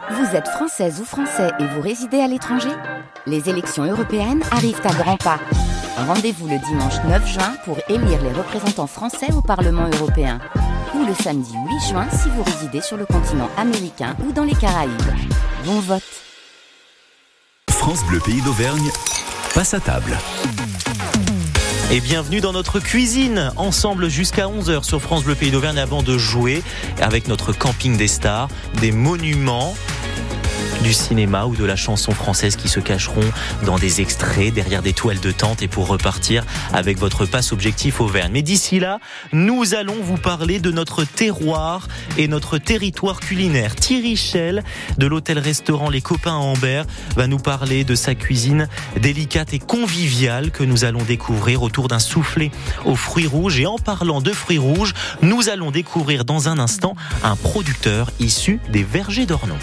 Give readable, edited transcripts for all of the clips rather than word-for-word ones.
Vous êtes française ou français et vous résidez à l'étranger ? Les élections européennes arrivent à grands pas. Rendez-vous le dimanche 9 juin pour élire les représentants français au Parlement européen. Ou le samedi 8 juin si vous résidez sur le continent américain ou dans les Caraïbes. Bon vote. France Bleu Pays d'Auvergne passe à table. Et bienvenue dans notre cuisine, ensemble jusqu'à 11h sur France Bleu Pays d'Auvergne avant de jouer avec notre camping des stars, des monuments du cinéma ou de la chanson française qui se cacheront dans des extraits derrière des toiles de tente et pour repartir avec votre passe objectif Auvergne. Mais d'ici là, nous allons vous parler de notre terroir et notre territoire culinaire. Thierry Schell de l'hôtel-restaurant Les Copains à Ambert va nous parler de sa cuisine délicate et conviviale que nous allons découvrir autour d'un soufflé aux fruits rouges. Et en parlant de fruits rouges, nous allons découvrir dans un instant un producteur issu des vergers d'Ornon.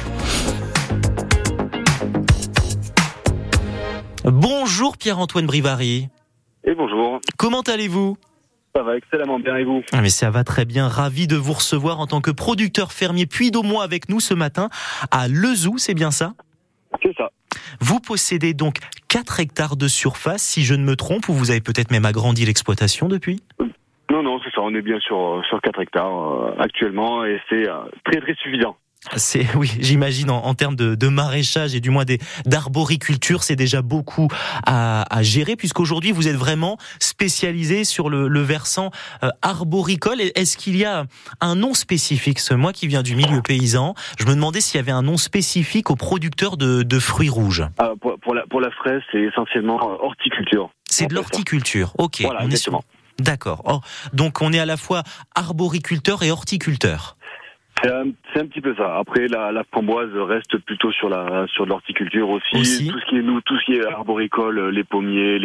Bonjour Pierre-Antoine Brivary. Et bonjour. Comment allez-vous ? Ça va excellemment bien et vous ? Mais ça va très bien, ravi de vous recevoir en tant que producteur fermier Puy d'Aumois avec nous ce matin à Lezoux, c'est bien ça ? C'est ça. Vous possédez donc 4 hectares de surface, si je ne me trompe, ou vous avez peut-être même agrandi l'exploitation depuis ? Non, c'est ça, on est bien sur 4 hectares actuellement et c'est très très suffisant. Oui, j'imagine en termes de maraîchage et du moins d'arboriculture, c'est déjà beaucoup à gérer puisqu'aujourd'hui vous êtes vraiment spécialisé sur le versant arboricole. Est-ce qu'il y a un nom spécifique ? Moi qui viens du milieu paysan, je me demandais s'il y avait un nom spécifique aux producteurs de fruits rouges. Pour la fraise, c'est essentiellement horticulture. C'est de l'horticulture, ok. Voilà, exactement. D'accord. Oh, donc on est à la fois arboriculteur et horticulteur. C'est un petit peu ça. Après, la framboise reste plutôt sur de l'horticulture aussi. Tout ce qui est arboricole, les pommiers,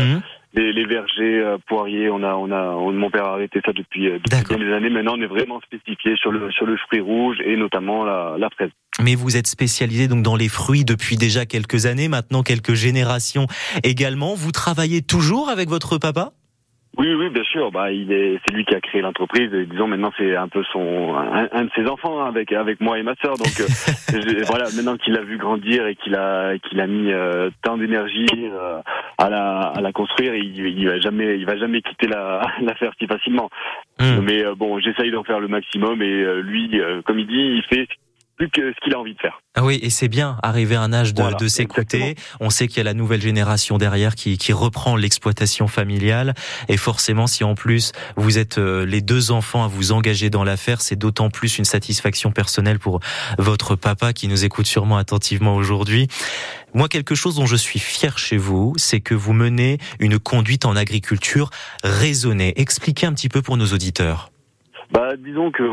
les vergers, poiriers, mon père a arrêté ça depuis bien des années. Maintenant, on est vraiment spécifié sur le fruit rouge et notamment la fraise. Mais vous êtes spécialisé donc dans les fruits depuis déjà quelques années, maintenant quelques générations également. Vous travaillez toujours avec votre papa ? Oui, bien sûr. C'est lui qui a créé l'entreprise. Et disons maintenant c'est un peu un de ses enfants avec moi et ma sœur. Donc voilà, maintenant qu'il l'a vu grandir et qu'il a mis tant d'énergie à la construire, il va jamais quitter l'affaire si facilement. Mais j'essaye d'en faire le maximum et lui, comme il dit, il fait plus que ce qu'il a envie de faire. Ah oui, et c'est bien, arriver à un âge de s'écouter. Exactement. On sait qu'il y a la nouvelle génération derrière qui reprend l'exploitation familiale. Et forcément, si en plus vous êtes les 2 enfants à vous engager dans l'affaire, c'est d'autant plus une satisfaction personnelle pour votre papa qui nous écoute sûrement attentivement aujourd'hui. Moi, quelque chose dont je suis fier chez vous, c'est que vous menez une conduite en agriculture raisonnée. Expliquez un petit peu pour nos auditeurs. Disons que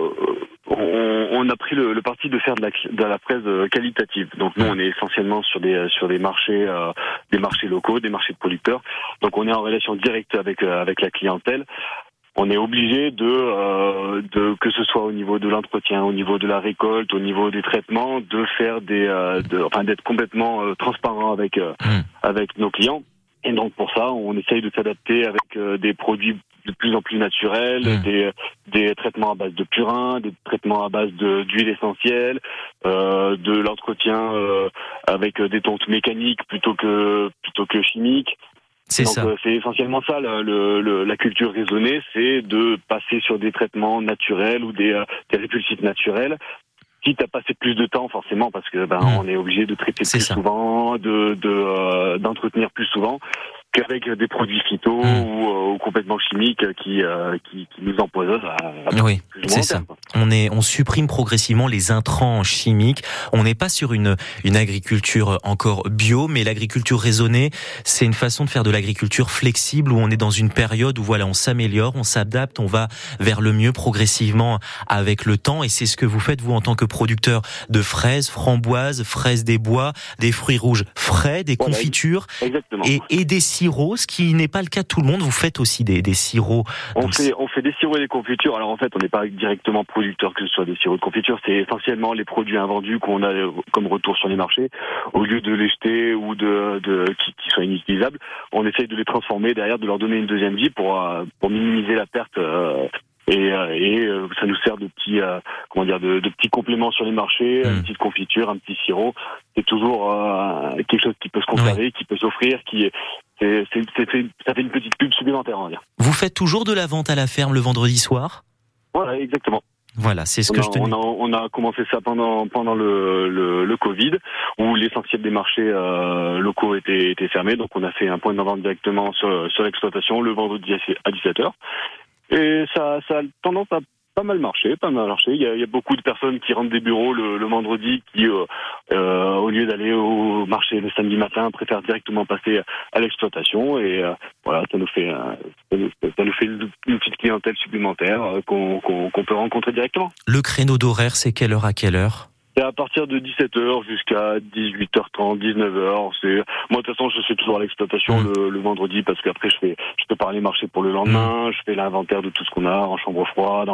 on a pris le parti de faire de la fraise qualitative. Donc nous, on est essentiellement sur des marchés locaux, des marchés de producteurs. Donc on est en relation directe avec la clientèle. On est obligé de que ce soit au niveau de l'entretien, au niveau de la récolte, au niveau des traitements, de faire d'être complètement transparent avec nos clients. Et donc pour ça, on essaye de s'adapter avec des produits de plus en plus naturels, des traitements à base de purin, des traitements à base d'huile essentielle, de l'entretien avec des tontes mécaniques plutôt que chimiques. C'est essentiellement ça, la culture raisonnée, c'est de passer sur des traitements naturels ou des répulsifs naturels. Quitte à passer plus de temps, forcément, parce que on est obligé de traiter plus souvent, d'entretenir plus souvent qu'avec des produits phyto ou complètement chimiques qui nous empoisonnent. Oui, c'est ça. On supprime progressivement les intrants chimiques. On n'est pas sur une agriculture encore bio, mais l'agriculture raisonnée, c'est une façon de faire de l'agriculture flexible où on est dans une période où on s'améliore, on s'adapte, on va vers le mieux progressivement avec le temps. Et c'est ce que vous faites, vous, en tant que producteur de fraises, framboises, fraises des bois, des fruits rouges frais, des confitures et des sirops, ce qui n'est pas le cas de tout le monde. Vous faites aussi des sirops. On fait des sirops et des confitures. Alors en fait, on n'est pas directement producteur que ce soit des sirops de confiture. C'est essentiellement les produits invendus qu'on a comme retour sur les marchés. Au lieu de les jeter ou qui soient inutilisables, on essaye de les transformer derrière, de leur donner une deuxième vie pour minimiser la perte et ça nous sert de petits de petits compléments sur les marchés, une petite confiture, un petit sirop. C'est toujours quelque chose qui peut se conserver, qui peut s'offrir, ça fait une petite pub supplémentaire, on va dire. Vous faites toujours de la vente à la ferme le vendredi soir ? Voilà, exactement. Voilà, c'est ce que je tenais. On a commencé ça pendant le Covid, où l'essentiel des marchés locaux était fermé, donc on a fait un point de vente directement sur l'exploitation le vendredi à 17h. Et ça a tendance à pas mal marché. Il y a beaucoup de personnes qui rentrent des bureaux le vendredi qui, au lieu d'aller au marché le samedi matin, préfèrent directement passer à l'exploitation. Et voilà, ça nous fait une petite clientèle supplémentaire qu'on peut rencontrer directement. Le créneau d'horaire, c'est quelle heure à quelle heure ? C'est à partir de 17h jusqu'à 18h30, 19h. Moi, de toute façon, je suis toujours à l'exploitation le vendredi parce qu'après, je prépare les marchés pour le lendemain, je fais l'inventaire de tout ce qu'on a en chambre froide,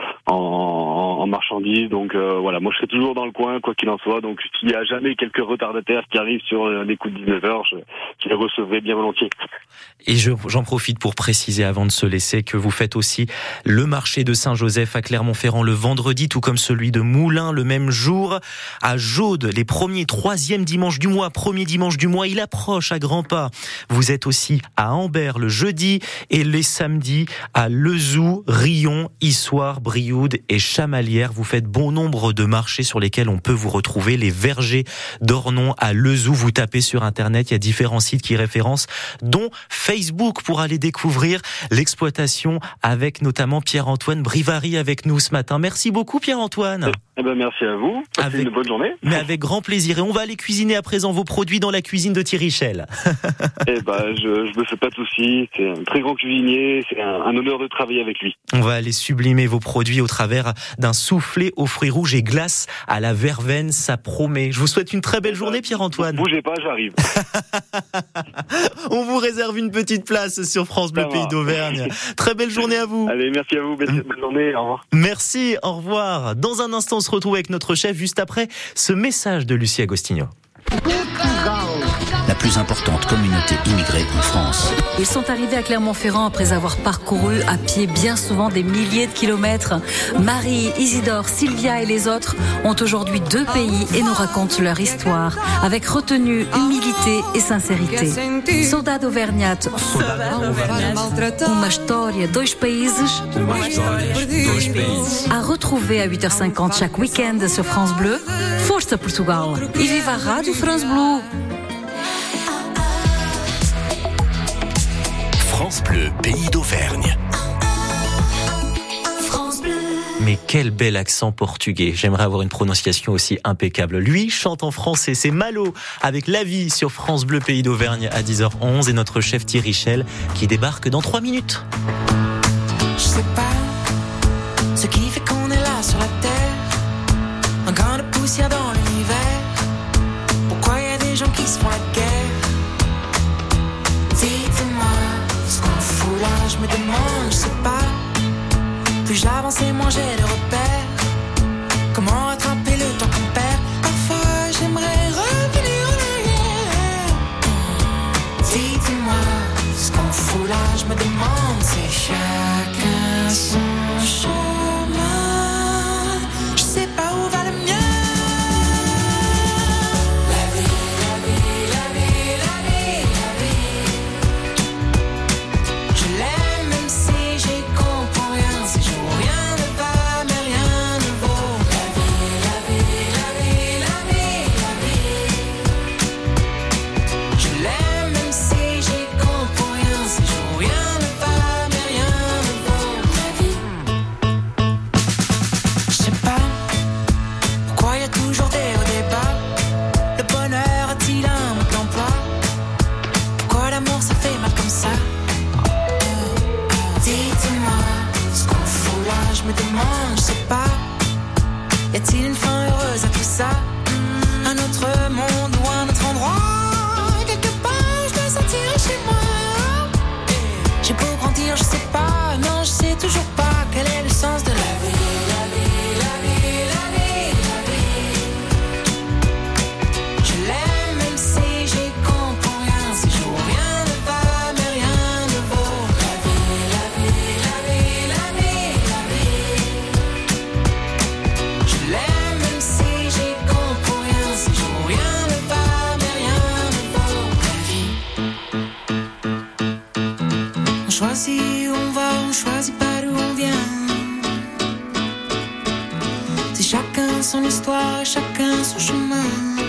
en marchandises. Donc, voilà, moi, je serai toujours dans le coin, quoi qu'il en soit. Donc, s'il y a jamais quelques retardataires qui arrivent sur les coups de 19h, je les recevrai bien volontiers. Et j'en profite pour préciser avant de se laisser que vous faites aussi le marché de Saint-Joseph à Clermont-Ferrand le vendredi, tout comme celui de Moulins le même jour. À Jaude, les premiers, 3e dimanche du mois, il approche à grands pas. Vous êtes aussi à Ambert le jeudi et les samedis à Lezoux, Rion, Issoire, Brioude et Chamalières. Vous faites bon nombre de marchés sur lesquels on peut vous retrouver. Les vergers d'Ornon à Lezoux. Vous tapez sur Internet, il y a différents sites qui référencent, dont Facebook pour aller découvrir l'exploitation avec notamment Pierre-Antoine Brivary avec nous ce matin. Merci beaucoup Pierre-Antoine. Merci à vous. Passez une bonne journée. Mais avec grand plaisir. Et on va aller cuisiner à présent vos produits dans la cuisine de Thierry Schell. Je me fais pas de soucis. C'est un très grand cuisinier. C'est un honneur de travailler avec lui. On va aller sublimer vos produits au travers d'un soufflé aux fruits rouges et glace à la verveine. Ça promet. Je vous souhaite une très belle journée, Pierre-Antoine. Bougez pas, j'arrive. On vous réserve une petite place sur France Bleu Pays d'Auvergne. Très belle journée à vous. Allez, merci à vous. Belle journée. Au revoir. Merci. Au revoir. Dans un instant, on se retrouve avec notre chef juste après ce message de Lucie Agostinho. La plus importante communauté immigrée en France. Ils sont arrivés à Clermont-Ferrand après avoir parcouru à pied bien souvent des milliers de kilomètres. Marie, Isidore, Sylvia et les autres ont aujourd'hui 2 pays et nous racontent leur histoire avec retenue, humilité et sincérité. Saudade Auvergnate. Uma história, 2 países. À retrouver à 8h50 chaque week-end sur France Bleu. Força Portugal. E viva a Rádio France Bleu. France Bleu, Pays d'Auvergne. Mais quel bel accent portugais. J'aimerais avoir une prononciation aussi impeccable. Lui chante en français, c'est Malo avec La Vie sur France Bleu Pays d'Auvergne à 10h11 et notre chef Thierry Schell qui débarque dans 3 minutes. Je sais pas ce qui fait qu'on est là sur la terre, un grain de poussière dans l'univers. Pourquoi y a des gens qui se font la guerre? Dites-moi ce qu'on fout là, je me demande, je sais pas. Plus j'avance et moins j'ai de repères. Comment rattraper le temps qu'on perd? Parfois j'aimerais revenir en arrière. Dites-moi ce qu'on fout là, je me demande. C'est chacun son chemin. Je sais pas où va le mien. histoire, chacun son chemin.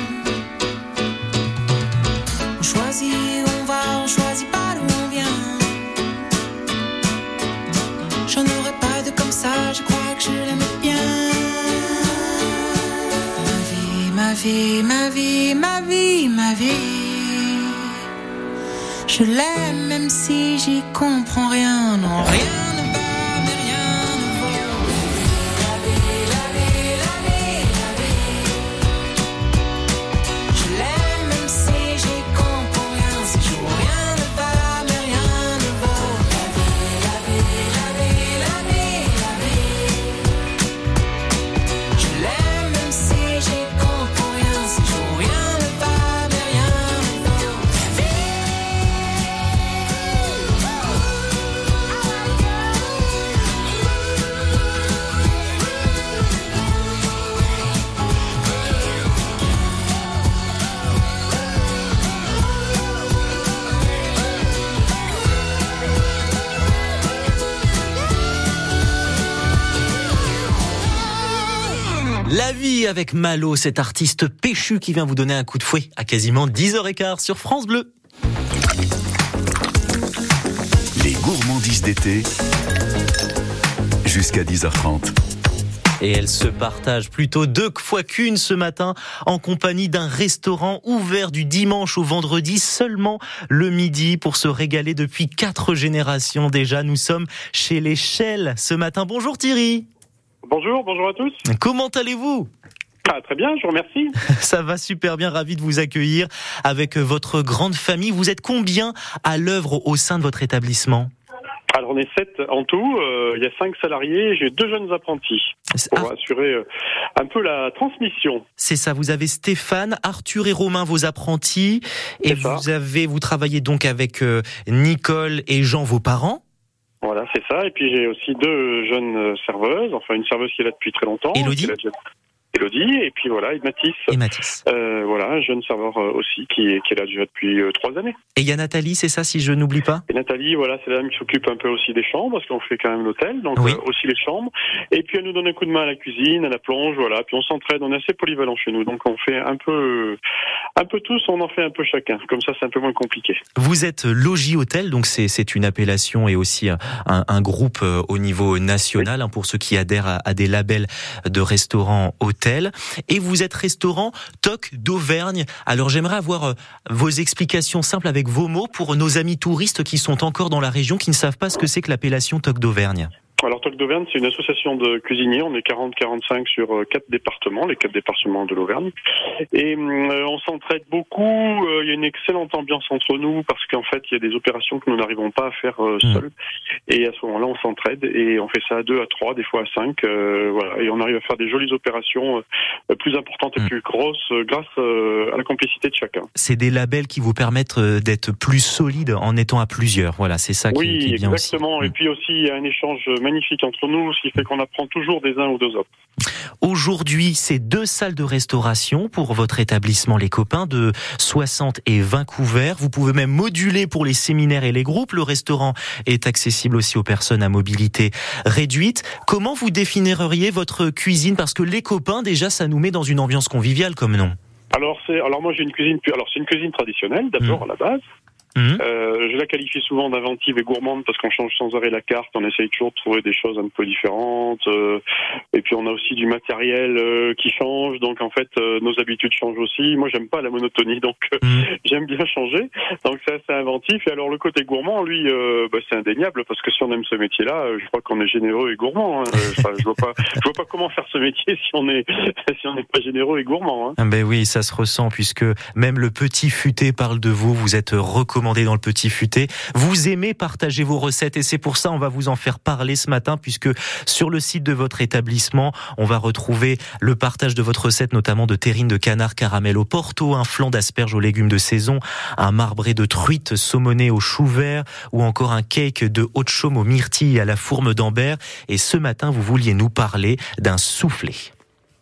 On choisit où on va, on choisit pas d'où on vient. J'en aurais pas de comme ça, je crois que je l'aimais bien. Ma vie, ma vie, ma vie, ma vie. Je l'aime même si j'y comprends rien, non rien. La vie avec Malo, cet artiste péchu qui vient vous donner un coup de fouet à quasiment 10h15 sur France Bleu. Les gourmandises d'été, jusqu'à 10h30. Et elle se partage plutôt 2 fois qu'une ce matin en compagnie d'un restaurant ouvert du dimanche au vendredi seulement le midi pour se régaler depuis 4 générations déjà. Nous sommes chez les Chelles ce matin. Bonjour Thierry. Bonjour à tous. Comment allez-vous ? Très bien, je vous remercie. Ça va super bien, ravi de vous accueillir avec votre grande famille. Vous êtes combien à l'œuvre au sein de votre établissement ? Alors on est 7 en tout, il y a 5 salariés, j'ai 2 jeunes apprentis pour assurer un peu la transmission. C'est ça, vous avez Stéphane, Arthur et Romain, vos apprentis, et vous travaillez donc avec Nicole et Jean, vos parents. Voilà, c'est ça. Et puis j'ai aussi 2 jeunes serveuses, enfin une serveuse qui est là depuis très longtemps. Elodie, et puis voilà, et Mathis. Voilà, un jeune serveur aussi qui est là déjà depuis 3 années. Et il y a Nathalie, c'est ça, si je n'oublie pas ? Et Nathalie, voilà, c'est la dame qui s'occupe un peu aussi des chambres, parce qu'on fait quand même l'hôtel, donc aussi les chambres. Et puis elle nous donne un coup de main à la cuisine, à la plonge, voilà. Puis on s'entraide, on est assez polyvalent chez nous, donc on fait un peu tous, on en fait un peu chacun. Comme ça, c'est un peu moins compliqué. Vous êtes Logis Hôtel, donc c'est une appellation et aussi un groupe au niveau national, pour ceux qui adhèrent à des labels de restaurants hôtels. Et vous êtes restaurant Toc d'Auvergne. Alors j'aimerais avoir vos explications simples avec vos mots pour nos amis touristes qui sont encore dans la région, qui ne savent pas ce que c'est que l'appellation Toc d'Auvergne. Alors Toc d'Auvergne, c'est une association de cuisiniers. On est 40-45 sur 4 départements, les 4 départements de l'Auvergne. Et on s'entraide beaucoup. Il y a une excellente ambiance entre nous parce qu'en fait, il y a des opérations que nous n'arrivons pas à faire seuls. Et à ce moment-là, on s'entraide et on fait ça à 2, à 3, des fois à 5. Voilà. Et on arrive à faire des jolies opérations plus importantes et plus grosses grâce à la complicité de chacun. C'est des labels qui vous permettent d'être plus solides en étant à plusieurs. Voilà, c'est ça qui est bien aussi. Oui, exactement. Et puis aussi, il y a un échange magnifique entre nous, ce qui fait qu'on apprend toujours des uns ou des autres. Aujourd'hui, c'est 2 salles de restauration pour votre établissement Les Copains, de 60 et 20 couverts. Vous pouvez même moduler pour les séminaires et les groupes. Le restaurant est accessible aussi aux personnes à mobilité réduite. Comment vous définiriez votre cuisine ? Parce que Les Copains, déjà, ça nous met dans une ambiance conviviale comme nom. Alors moi j'ai une cuisine. C'est une cuisine traditionnelle d'abord à la base. Je la qualifie souvent d'inventive et gourmande parce qu'on change sans arrêt la carte, on essaye toujours de trouver des choses un peu différentes, et puis on a aussi du matériel qui change, donc en fait nos habitudes changent aussi. Moi j'aime pas la monotonie, donc j'aime bien changer, donc c'est assez inventif. Et alors le côté gourmand, lui, c'est indéniable, parce que si on aime ce métier-là, je crois qu'on est généreux et gourmand. Je vois pas comment faire ce métier si on n'est pas généreux et gourmand. Ben oui, ça se ressent, puisque même le Petit Futé parle de vous. Vous êtes recommandé dans le Petit Futé. Vous aimez partager vos recettes et c'est pour ça on va vous en faire parler ce matin, puisque sur le site de votre établissement, on va retrouver le partage de votre recette, notamment de terrine de canard caramel au Porto, un flan d'asperges aux légumes de saison, un marbré de truite saumonée au chou vert ou encore un cake de haute-chaume aux myrtilles à la fourme d'Ambert. Et ce matin, vous vouliez nous parler d'un soufflé.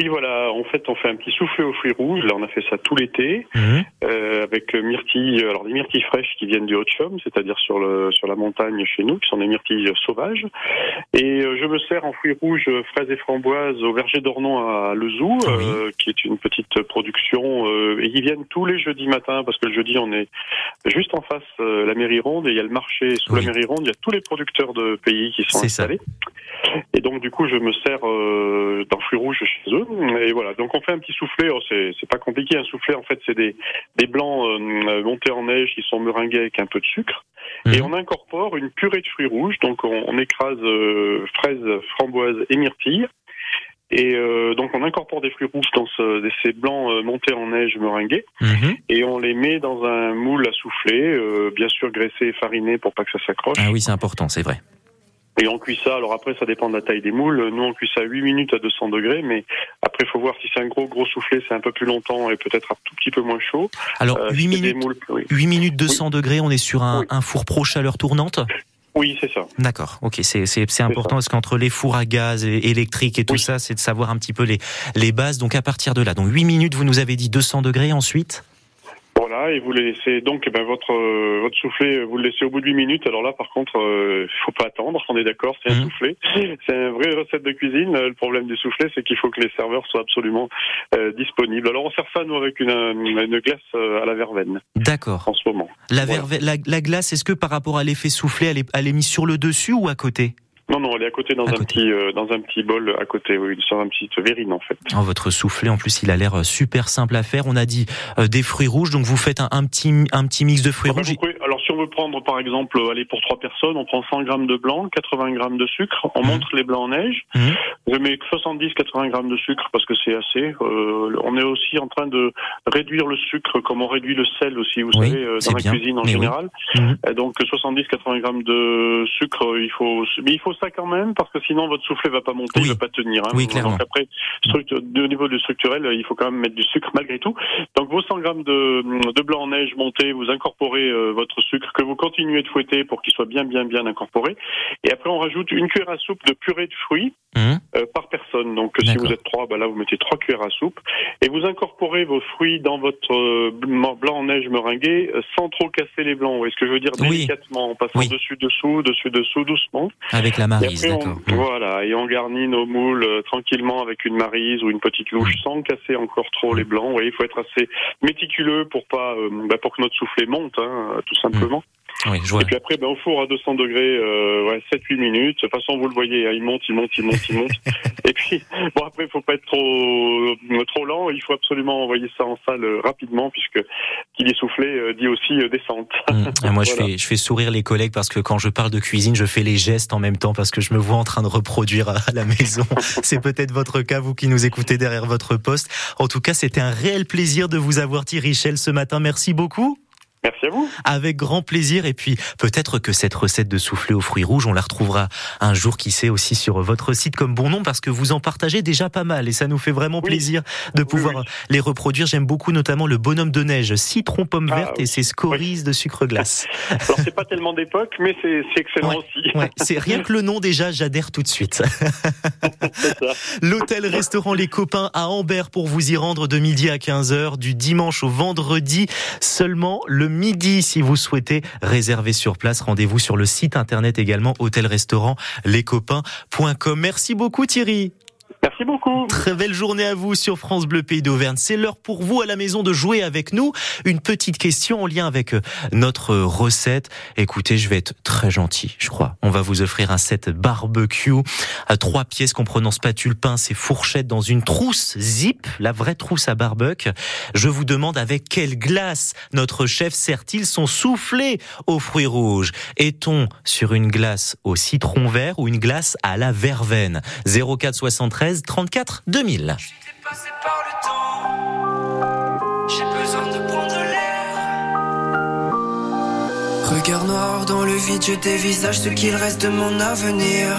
Oui, voilà. En fait, on fait un petit soufflé aux fruits rouges. Là, on a fait ça tout l'été avec myrtilles. Alors des myrtilles fraîches qui viennent du Haut-de-Chaume, c'est-à-dire sur la montagne chez nous, qui sont des myrtilles sauvages. Et je me sers en fruits rouges, fraises et framboises au verger d'Ornon à Lezou, qui est une petite production. Et ils viennent tous les jeudis matins, parce que le jeudi, on est juste en face la mairie ronde, et il y a le marché sous la mairie ronde. Il y a tous les producteurs de pays qui sont installés. Et donc du coup, je me sers d'un fruit rouge chez eux. Et voilà. Donc on fait un petit soufflé. Oh, c'est pas compliqué. Un soufflé, en fait, c'est des blancs montés en neige qui sont meringués avec un peu de sucre. Et on incorpore une purée de fruits rouges. Donc on écrase fraises, framboises et myrtilles. Et donc on incorpore des fruits rouges dans ces blancs montés en neige meringués, et on les met dans un moule à souffler, bien sûr graissé et fariné pour pas que ça s'accroche. Ah oui, c'est important, c'est vrai. Et on cuit ça, alors après ça dépend de la taille des moules, nous on cuit ça 8 minutes à 200 degrés, mais après il faut voir si c'est un gros soufflé, c'est un peu plus longtemps et peut-être un tout petit peu moins chaud. Alors 8 minutes 200 degrés, on est sur un four pro chaleur tournante ? Oui, c'est ça. D'accord, ok, c'est important parce qu'entre les fours à gaz électriques et tout ça, c'est de savoir un petit peu les bases. Donc à partir de là, donc 8 minutes, vous nous avez dit 200 degrés ensuite ? Voilà, et vous les laissez donc votre soufflé, vous le laissez au bout de 8 minutes. Alors là, par contre, faut pas attendre. On est d'accord, c'est un soufflé. C'est une vraie recette de cuisine. Le problème du soufflé, c'est qu'il faut que les serveurs soient absolument disponibles. Alors on sert ça nous avec une glace à la verveine. D'accord. En ce moment. La glace, est-ce que par rapport à l'effet soufflé, elle est mise sur le dessus ou à côté ? Non, elle est à côté dans un petit bol à côté, sur un petit verrine en fait. Oh, votre soufflé, en plus, il a l'air super simple à faire. On a dit des fruits rouges, donc vous faites un petit mix de fruits rouges. Alors si on veut prendre par exemple, pour 3 personnes, on prend 100 grammes de blanc, 80 grammes de sucre, on monte les blancs en neige. Je mets 70-80 grammes de sucre parce que c'est assez. On est aussi en train de réduire le sucre comme on réduit le sel aussi, vous savez, dans la cuisine en général. Donc 70-80 grammes de sucre, il faut ça quand même, parce que sinon votre soufflé va pas monter, il va pas tenir. Oui, clairement. Donc après, au niveau du structurel, il faut quand même mettre du sucre malgré tout. Donc vos 100 grammes de blanc en neige monté, vous incorporez votre sucre que vous continuez de fouetter pour qu'il soit bien incorporé. Et après, on rajoute une cuillère à soupe de purée de fruits par personne. Donc si vous êtes 3, là vous mettez 3 cuillères à soupe et vous incorporez vos fruits dans votre blanc en neige meringué sans trop casser les blancs. Vous voyez ce que je veux dire, délicatement, en passant dessus-dessous, doucement. Avec la maryse, d'accord. Voilà, et on garnit nos moules tranquillement avec une maryse ou une petite louche sans casser encore trop les blancs. Vous voyez, il faut être assez méticuleux pour pour que notre soufflé monte, tout simplement. Oui, je vois. Et puis après, au four à 200 degrés, 7-8 minutes. De toute façon, vous le voyez, il monte. Et puis, après, il faut pas être trop lent. Il faut absolument envoyer ça en salle rapidement, puisque qui dit soufflé dit aussi descente. Moi, je fais sourire les collègues parce que quand je parle de cuisine, je fais les gestes en même temps parce que je me vois en train de reproduire à la maison. C'est peut-être votre cas, vous qui nous écoutez derrière votre poste. En tout cas, c'était un réel plaisir de vous avoir, Thierry Schell, ce matin. Merci beaucoup. Merci à vous. Avec grand plaisir. Et puis, peut-être que cette recette de soufflé aux fruits rouges, on la retrouvera un jour, qui sait, aussi sur votre site comme bon nom, parce que vous en partagez déjà pas mal. Et ça nous fait vraiment plaisir de pouvoir les reproduire. J'aime beaucoup notamment le bonhomme de neige, citron pomme verte et ses scories de sucre glace. Alors, c'est pas tellement d'époque, mais c'est excellent aussi. C'est rien que le nom, déjà, j'adhère tout de suite. L'hôtel-restaurant Les Copains à Ambert pour vous y rendre de midi à 15h, du dimanche au vendredi seulement. Le midi, si vous souhaitez réserver sur place, rendez-vous sur le site internet également, hôtel-restaurant-lescopains.com. Merci beaucoup Thierry. Merci beaucoup. Très belle journée à vous sur France Bleu Pays d'Auvergne. C'est l'heure pour vous à la maison de jouer avec nous. Une petite question en lien avec notre recette. Écoutez, je vais être très gentil, je crois. On va vous offrir un set barbecue à 3 pièces comprenant spatule, pince et fourchette dans une trousse zip, la vraie trousse à barbecue. Je vous demande avec quelle glace notre chef sert-il son soufflé aux fruits rouges. Est-on sur une glace au citron vert ou une glace à la verveine? 04 73 34 2000. J'étais passé par le temps, j'ai besoin de prendre l'air. Regard noir dans le vide, je dévisage ce qu'il reste de mon avenir.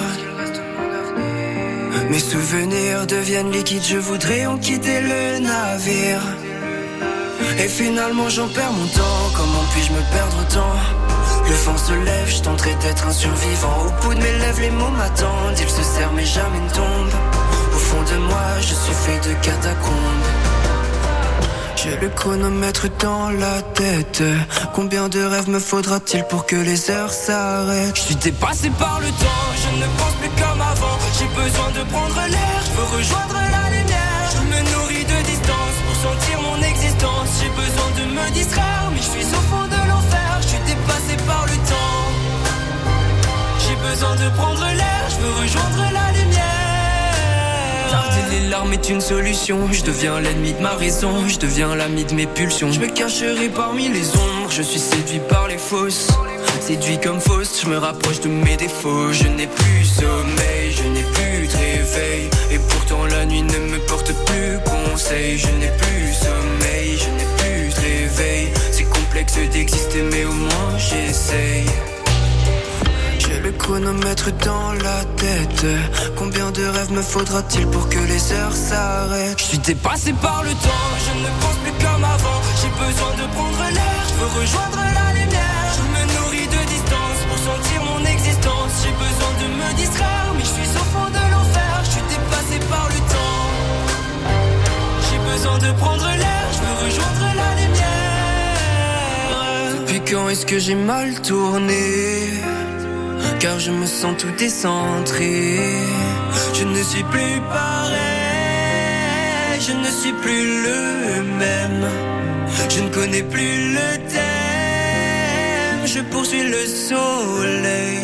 Mes souvenirs deviennent liquides, je voudrais en quitter le navire. Et finalement j'en perds mon temps, comment puis-je me perdre autant? Le vent se lève, je tenterai d'être un survivant. Au bout de mes lèvres, les mots m'attendent, ils se serrent mais jamais ne tombent. Au fond fond de moi, je suis fait de catacombes. J'ai le chronomètre dans la tête. Combien de rêves me faudra-t-il pour que les heures s'arrêtent? Je suis dépassé par le temps, je ne pense plus comme avant. J'ai besoin de prendre l'air, je veux rejoindre la lumière. Je me nourris de distance pour sentir mon existence. J'ai besoin de me distraire, mais je suis au fond de l'enfer. Je suis dépassé par le temps. J'ai besoin de prendre l'air, je veux rejoindre la lumière. Tarder les larmes est une solution. Je deviens l'ennemi de ma raison, je deviens l'ami de mes pulsions. Je me cacherai parmi les ombres, je suis séduit par les fausses. Séduit comme fausse, je me rapproche de mes défauts. Je n'ai plus sommeil, je n'ai plus de réveil. Et pourtant la nuit ne me porte plus conseil. Je n'ai plus sommeil, je n'ai plus de réveil. C'est complexe d'exister mais au moins j'essaye. J'ai le chronomètre dans la tête. Combien de rêves me faudra-t-il pour que les heures s'arrêtent? Je suis dépassé par le temps, je ne pense plus comme avant. J'ai besoin de prendre l'air, je veux rejoindre la lumière. Je me nourris de distance pour sentir mon existence. J'ai besoin de me distraire, mais je suis au fond de l'enfer. Je suis dépassé par le temps. J'ai besoin de prendre l'air, je veux rejoindre la lumière. Depuis quand est-ce que j'ai mal tourné? Car je me sens tout décentré. Je ne suis plus pareil, je ne suis plus le même. Je ne connais plus le thème, je poursuis le soleil.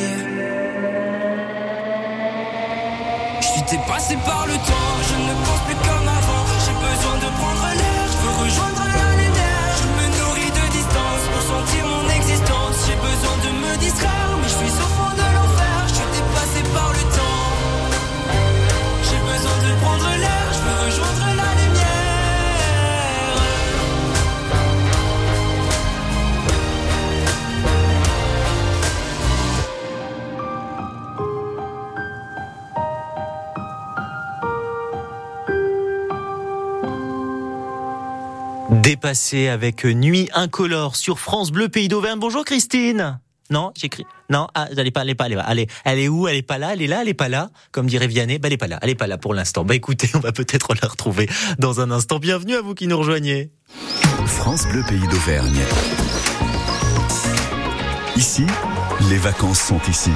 Je suis dépassé par le temps, je ne pense plus comme avant. J'ai besoin de prendre l'air, je veux rejoindre la lumière. Je me nourris de distance pour sentir mon existence. J'ai besoin de me distraire, mais je suis au fond de l'enfer. Je suis dépassé par le temps. J'ai besoin de prendre l'air, je veux rejoindre la lumière. Dépassé avec Nuit incolore sur France Bleu Pays d'Auvergne. Bonjour Christine. Non, j'écris. Non, elle est pas là. Elle est où? Elle est pas là. Elle est là. Elle est pas là. Comme dirait Vianney, elle est pas là. Elle est pas là pour l'instant. Écoutez, on va peut-être la retrouver dans un instant. Bienvenue à vous qui nous rejoignez. France Bleu Pays d'Auvergne. Ici, les vacances sont ici.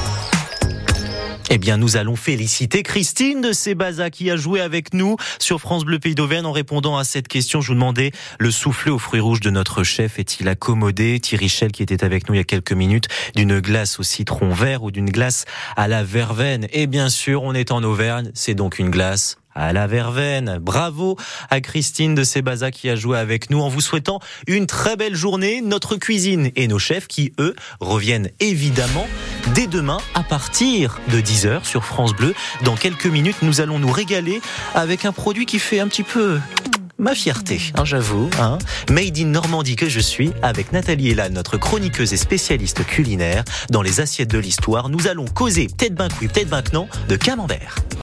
Eh bien, nous allons féliciter Christine de Sébaza qui a joué avec nous sur France Bleu Pays d'Auvergne en répondant à cette question. Je vous demandais, le soufflé aux fruits rouges de notre chef est-il accommodé? Thierry Schell, qui était avec nous il y a quelques minutes, d'une glace au citron vert ou d'une glace à la verveine. Et bien sûr, on est en Auvergne, c'est donc une glace à la verveine. Bravo à Christine de Sébaza qui a joué avec nous en vous souhaitant une très belle journée. Notre cuisine et nos chefs qui, eux, reviennent évidemment dès demain à partir de 10h sur France Bleu. Dans quelques minutes, nous allons nous régaler avec un produit qui fait un petit peu ma fierté, j'avoue. Made in Normandie que je suis, avec Nathalie Elal, notre chroniqueuse et spécialiste culinaire. Dans les assiettes de l'histoire, nous allons causer, peut-être ben que oui, peut-être ben que non, de camembert.